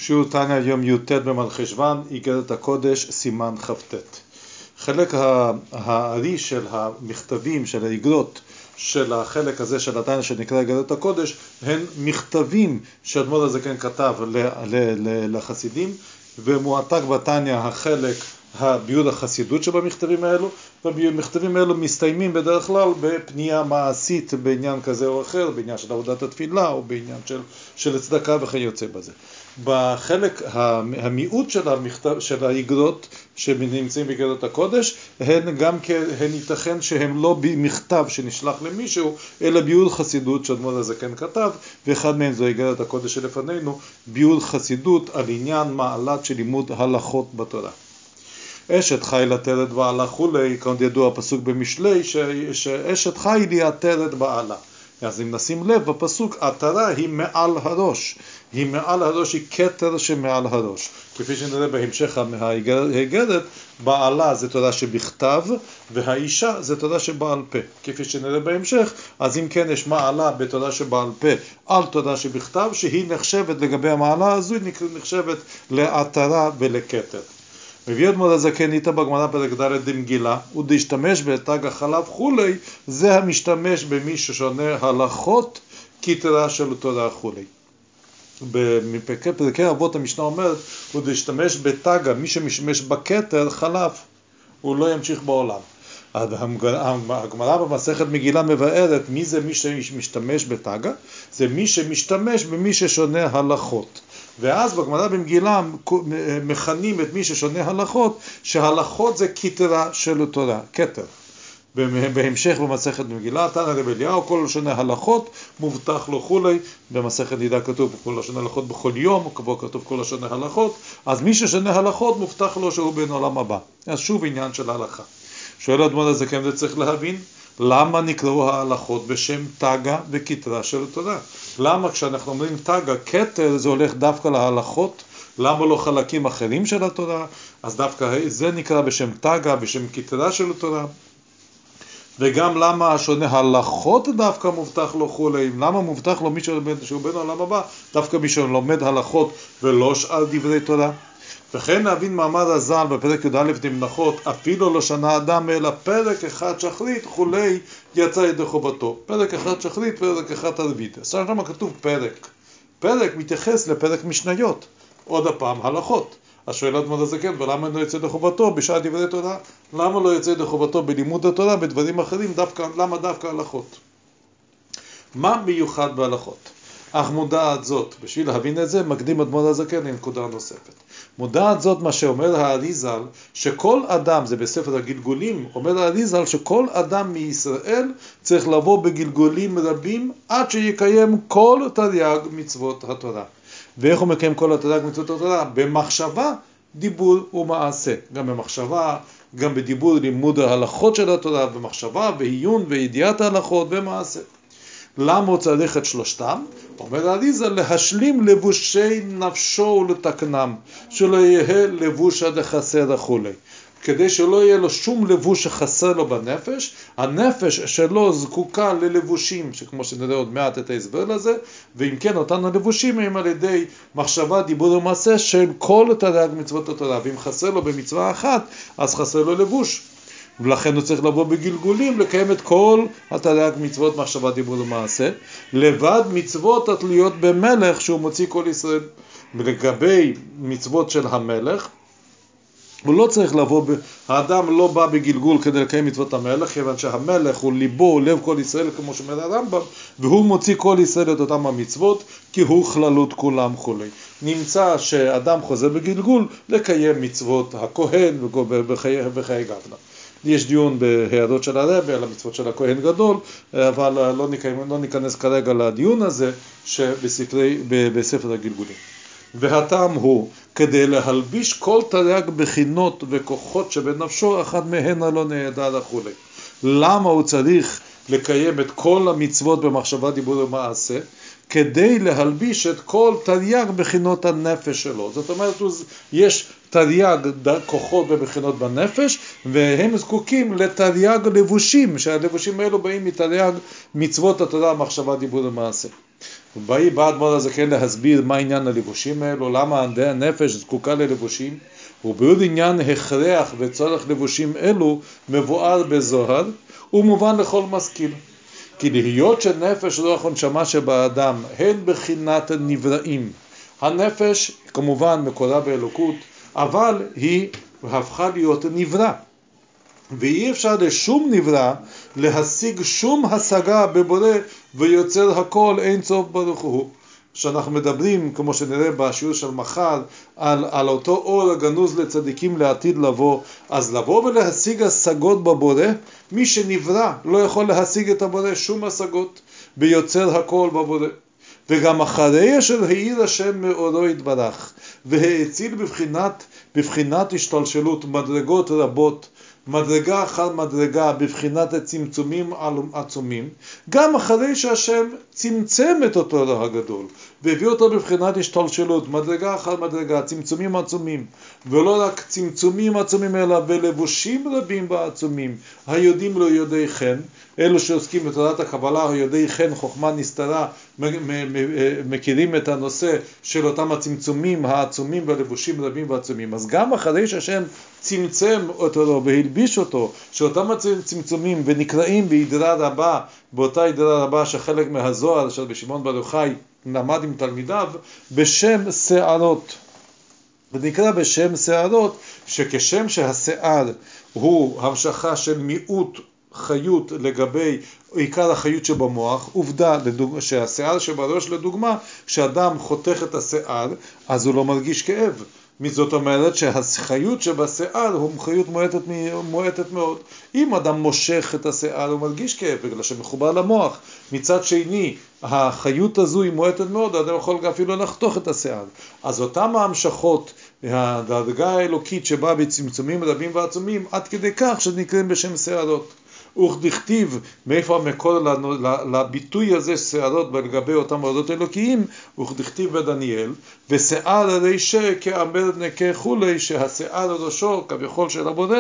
שיעור תניא יום י"ט במרחשוון, איגרת הקודש, סימן כ"ט. חלק הארי של המכתבים, של האיגרות, של החלק הזה של התניא שנקרא איגרת הקודש, הן מכתבים שאדמו"ר הזקן כתב לחסידים, ומועתק בתניא החלק הביאור החסידות שבמכתבים האלו, והמכתבים האלו מסתיימים בדרך כלל בפנייה מעשית בעניין כזה או אחר, בעניין של עבודת התפילה או בעניין של צדקה וכיוצא בזה. בחלק המיעוט של האיגרות שנמצאים באיגרת הקודש, הן ייתכן שהם לא במכתב שנשלח למישהו, אלא ביאור חסידות שאדמו"ר הזקן כתב, ואחד מהם זו איגרת הקודש שלפנינו, ביאור חסידות על עניין מעלת של לימוד הלכות בתורה. אשת חי לתרת בעלה כולי, כאן ידוע הפסוק במשלי שאשת חי לי התרת בעלה. אז אם נשים לב בפסוק, התרה היא מעל הראש, היא מעל הראש, היא כתר שמעל הראש. כפי שנראה בהמשך האיגרת, בעלה זה תורה שבכתב, והאישה זה תורה שבעל פה. כפי שנראה בהמשך, אז אם כן יש מעלה בתורה שבעל פה על תורה שבכתב, שהיא נחשבת לגבי המעלה הזו, היא נחשבת להתרה ולכתר. מביא אדמו"ר הזקן איתה בגמרא פרק ד' דמגילה, ודשתמש בתג החלב כולי, זה המשתמש במי ששונה הלכות כתרה של תורה כולי. בפרקי אבות המשנה אומרת, ודשתמש בתג, מי שמשתמש בכתר חלב, הוא לא ימשיך בעולם. הגמרא במסכת מגילה מבארת מי זה מי שמשתמש בתג, זה מי שמשתמש במי ששונה הלכות. ואז בגמרא במגילה מכנים את מי ששונה הלכות, שהלכות זה כתרה של תורה, כתר. בהמשך במסכת מגילה, תנא רבי אליהו, כל שונה הלכות מובטח לו כולי, במסכת נידה כתוב כל שונה הלכות בכל יום, כתוב כל שונה הלכות, אז מי ששונה הלכות מובטח לו שהוא בן עולם הבא. אז שוב עניין של ההלכה. שואל אדמו"ר הזקן, זה צריך להבין, למה נקראו ההלכות בשם תגה וכתרה של תורה? למה כשאנחנו אומרים תגה, כתר, זה הולך דווקא להלכות? למה לא חלקים אחרים של התורה? אז דווקא זה נקרא בשם תגה, בשם כתרה של תורה. וגם למה השונה הלכות דווקא מובטח לו כולי? למה מובטח לו מי שהוא בן העולם הבא? דווקא מי שלומד הלכות ולא שאר דברי תורה? וכן נבין מאמר הז"ל בפרק י"א דמנחות, אפילו לא שנה אדם אלא פרק אחד שחרית כולי יצא ידי חובתו. פרק אחד שחרית, פרק אחד ערבית. שם כתוב פרק. פרק מתייחס לפרק משניות. עוד הפעם הלכות. אז שואל אדמו"ר הזקן, ולמה לא יצא ידי חובתו בשאר דברי תורה? למה לא יצא ידי חובתו בלימוד התורה בדברים אחרים? למה דווקא הלכות? מה מיוחד בהלכות? אך מודעת זאת, בשביל להבין את זה, מקדים אדמו"ר הזקן לנקודה נוספת. מודעת זאת מה שאומר האריז"ל, שכל אדם, זה בספר הגלגולים, אומר האריז"ל שכל אדם מישראל צריך לבוא בגלגולים רבים עד שיקיים כל תרי"ג מצוות התורה. ואיך הוא מקיים כל תרי"ג מצוות התורה? במחשבה, דיבור ומעשה. גם במחשבה, גם בדיבור לימוד ההלכות של התורה, במחשבה, בעיון וידיעת ההלכות ומעשה. למה הוא צריך את שלושתם? אומר האריז"ל, להשלים לבושי נפשו ולתקנם, שלא יהיה לבוש עד החסר וכולי. כדי שלא יהיה לו שום לבוש שחסר לו בנפש, הנפש שלו זקוקה ללבושים, שכמו שנראה עוד מעט את ההסבר לזה, ואם כן אותנו לבושים הם על ידי מחשבה, דיבור ומעשה של כל תרי"ג מצוות התורה, ואם חסר לו במצווה אחת, אז חסר לו לבוש. ולכן הוא צריך לבוא בגלגולים לקיים את כל התרי"ג מצוות מחשבה, דיבור ומעשה, לבד מצוות התלויות במלך שהוא מוציא כל ישראל. ולגבי מצוות של המלך, הוא לא צריך לבוא, האדם לא בא בגלגול כדי לקיים מצוות המלך, כיוון שהמלך הוא ליבו, לב כל ישראל, כמו שאומר הרמב"ם, והוא מוציא כל ישראל את אותם המצוות, כי הוא כללות כולם כולי. נמצא שאדם חוזר בגלגול לקיים מצוות הכהן וחיי גבנה. יש דיון בהערות של הרבי על המצוות של הכהן גדול, אבל לא ניכנס כרגע לדיון הזה בספר הגלגולים. והטעם הוא כדי להלביש כל תרי"ג בחינות וכוחות שבנפשו, אחד מהן לא נעדר וכולי. למה הוא צריך לקיים את כל המצוות במחשבה, דיבור ומעשה? כדי להלביש את כל תרי"ג בחינות הנפש שלו. זאת אומרת, יש תרי"ג כוחות ובחינות בנפש, והם זקוקים לתרי"ג לבושים, שהלבושים האלו באים מתרי"ג מצוות התורה, מחשבה, דיבור ומעשה. בא אדמו"ר הזקן להסביר מה עניין הלבושים האלו, למה הנפש זקוקה ללבושים, ובעוד עניין הכרח וצורך לבושים אלו מבואר בזוהר ומובן לכל משכיל. כי להיות שנפש רוח ונשמה שבאדם הן בחינת נבראים. הנפש כמובן מקורה באלוקות, אבל היא הפכה להיות נברא. ואי אפשר לשום נברא להשיג שום השגה בבורא ויוצר הכל אין סוף ברוך הוא. שאנחנו מדברים, כמו שנראה בשיעור של מחר, על אותו אור הגנוז לצדיקים לעתיד לבוא, אז לבוא ולהשיג השגות בבורא, מי שנברא לא יכול להשיג את הבורא שום השגות, ביוצר הכל בבורא. וגם אחרי אשר העיר השם מאורו יתברך, והאציל בבחינת השתלשלות מדרגות רבות, מדרגה אחר מדרגה בבחינת הצמצומים עצומים, גם אחרי שהשם צמצם את אותו רע הגדול והביא אותו בבחינת השתלשלות, מדרגה אחר מדרגה, צמצומים עצומים, ולא רק צמצומים עצומים אלא ולבושים רבים בעצומים, היודעים לו יודעי חן, אלו שעוסקים בתורת הקבלה, היודעי חן, חוכמה נסתרה, מכירים את הנושא של אותם הצמצומים העצומים והלבושים רבים ועצומים. אז גם אחרי שהשם צמצם אותו והלביש אותו, שאותם הצמצומים ונקראים בהדרה רבה, באותה הדרה רבה שחלק מהזוהר של בשמעון בר יוחאי למד עם תלמידיו, בשם שערות. ונקרא בשם שערות, שכשם שהשיער הוא המשכה של מיעוט חיות לגבי עיקר החיות שבמוח, עובדה שהשיער שבראש לדוגמה, כשאדם חותך את השיער, אז הוא לא מרגיש כאב. זאת אומרת שהחיות שבשיער הוא חיות מועטת מאוד. אם אדם מושך את השיער הוא מרגיש כאב בגלל שמחובר למוח. מצד שני, החיות הזו היא מועטת מאוד, אדם יכול אפילו לחתוך את השיער. אז אותם ההמשכות, הדרגה האלוקית שבאה בצמצומים רבים ועצומים, עד כדי כך שנקראים בשם שערות. וכדכתיב, מאיפה המקור לביטוי הזה שערות לגבי אותם עורדות אלוקיים, וכדכתיב בדניאל, ושיער הרישה כאמר נקה חולי, שהשיער ראשו כביכול של הבורא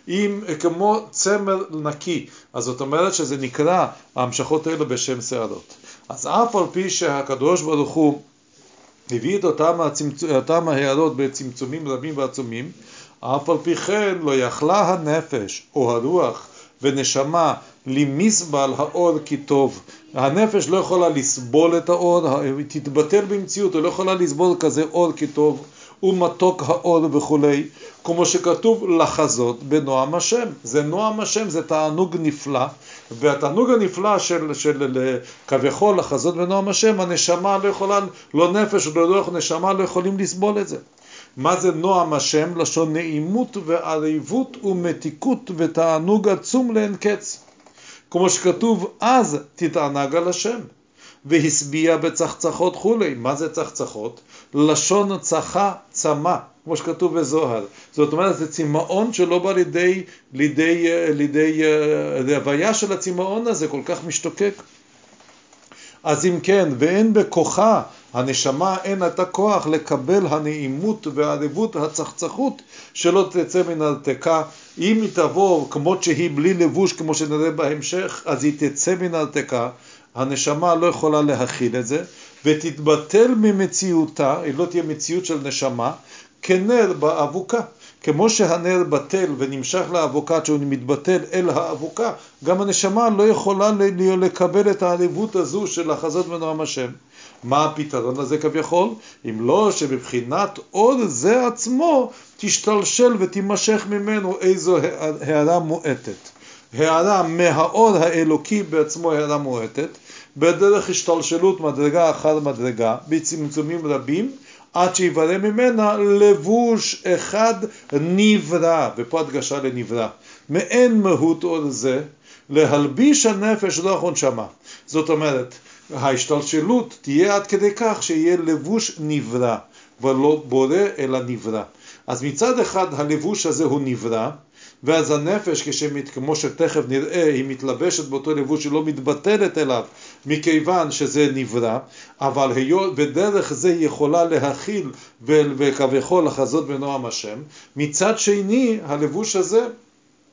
כמו צמר נקי. אז זאת אומרת שזה נקרא ההמשכות האלה בשם שערות. אז אף על פי שהקדוש ברוך הוא הביא את אותם ההערות בצמצומים רבים ועצומים, אף על פי כן לא יכלה הנפש או הרוח ונשמה למסבל האור כי טוב. הנפש לא יכולה לסבול את האור, היא תתבטל במציאות, היא לא יכולה לסבול כזה אור כי טוב ומתוק האור וכולי, כמו שכתוב לחזות בנועם השם. זה נועם השם, זה תענוג נפלא, והתענוג הנפלא של כביכול לחזות בנועם השם, הנשמה לא יכולה, לא נפש ולא רוח, נשמה לא יכולים לסבול את זה. מה זה נועם השם? לשון נעימות ועריבות ומתיקות ותענוג עצום לאין קץ. כמו שכתוב, אז תתענג על השם, והסביע בצחצחות חולי. מה זה צחצחות? לשון צחה צמה, כמו שכתוב בזוהר. זאת אומרת, זה צמאון שלא בא לידי הוויה של הצמאון הזה, כל כך משתוקק. אז אם כן, ואין בכוחה, הנשמה אין את הכוח לקבל הנעימות והערבות הצחצחות שלא תצא מן הרתקה. אם היא תבוא כמות שהיא בלי לבוש, כמו שנראה בהמשך, אז היא תצא מן הרתקה. הנשמה לא יכולה להכיל את זה, ותתבטל ממציאותה, היא לא תהיה מציאות של נשמה, כנר באבוקה. כמו שהנר בטל ונמשך לאבוקה, שהוא מתבטל אל האבוקה, גם הנשמה לא יכולה לקבל את הערבות הזו של לחזות בנועם השם. מה הפתרון לזה כביכול? אם לא שבבחינת אור זה עצמו תשתלשל ותימשך ממנו איזו הערה מועטת. הערה מהאור האלוקי בעצמו, הערה מועטת, בדרך השתלשלות מדרגה אחר מדרגה, בצמצומים רבים, עד שיברא ממנה לבוש אחד נברא, ופה הדגשה לנברא, מעין מהות אור זה, להלביש הנפש רוח ונשמה. זאת אומרת, ההשתלשלות תהיה עד כדי כך שיהיה לבוש נברא, ולא בורא אלא נברא. אז מצד אחד הלבוש הזה הוא נברא, ואז הנפש, כמו שתכף נראה, היא מתלבשת באותו לבוש שלא מתבטלת אליו, מכיוון שזה נברא, אבל בדרך זה יכולה להכיל וכביכול לחזות בנועם השם. מצד שני, הלבוש הזה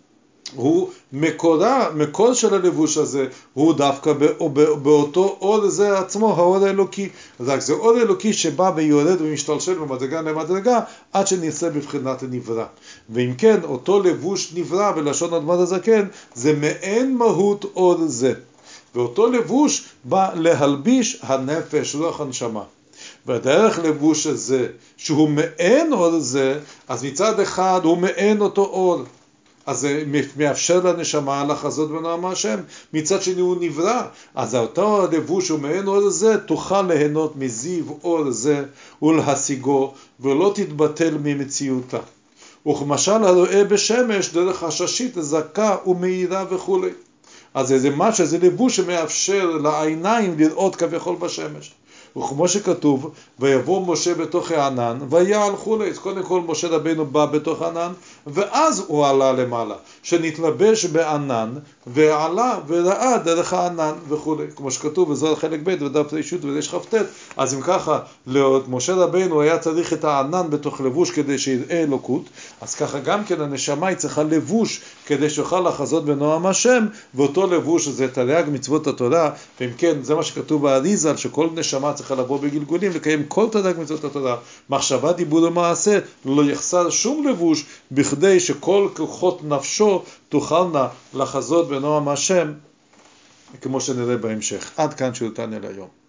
הוא מקור של הלבוש הזה, הוא דווקא באותו אור זה עצמו, האור האלוקי. אז זה אור אלוקי שבא ויורד ומשתלשל במדרגה למדרגה, עד שנעשה בבחינת הנברא. ואם כן, אותו לבוש נברא בלשון אדמת הזקן, זה מעין מהות אור זה. ואותו לבוש בא להלביש הנפש, רוח הנשמה. והדרך לבוש הזה, שהוא מעין אור זה, אז מצד אחד הוא מעין אותו אור. אז זה מאפשר לנשמה לחזות בנועם השם, מצד שני הוא נברא, אז אותו לבוש שהוא מעין אור זה, תוכל ליהנות מזיו אור זה ולהשיגו, ולא תתבטל ממציאותה. וכמשל הרואה בשמש דרך הששית זכה ומאירה וכו'. אז זה משהו, זה לבוש שמאפשר לעיניים לראות כביכול בשמש. וכמו שכתוב, ויבוא משה בתוך הענן ויעל חולי. אז קודם כל משה רבינו בא בתוך ענן, ואז הוא עלה למעלה, שנתלבש בענן ועלה וראה דרך הענן וכולי. כמו שכתוב, וזו חלק ב' ודף רישות ודש חפטט. אז אם ככה, משה רבינו היה צריך את הענן בתוך לבוש כדי שיראה אלוקות, אז ככה גם כן הנשמה היא צריכה לבוש כדי שיוכל לחזות בנועם השם, ואותו לבוש זה תרי"ג מצוות התורה. ואם כן, זה מה שכתוב באריז"ל, שכל נשמה צריכה לבוא בגלגולים, לקיים כל תרי"ג מצוות התורה, מחשבה, דיבור ומעשה, לא יחסר שום לבוש, בכדי שכל כוחות נפשו תוכלנה לחזות בנועם השם, כמו שנראה בהמשך. עד כאן שיעור תניא להיום.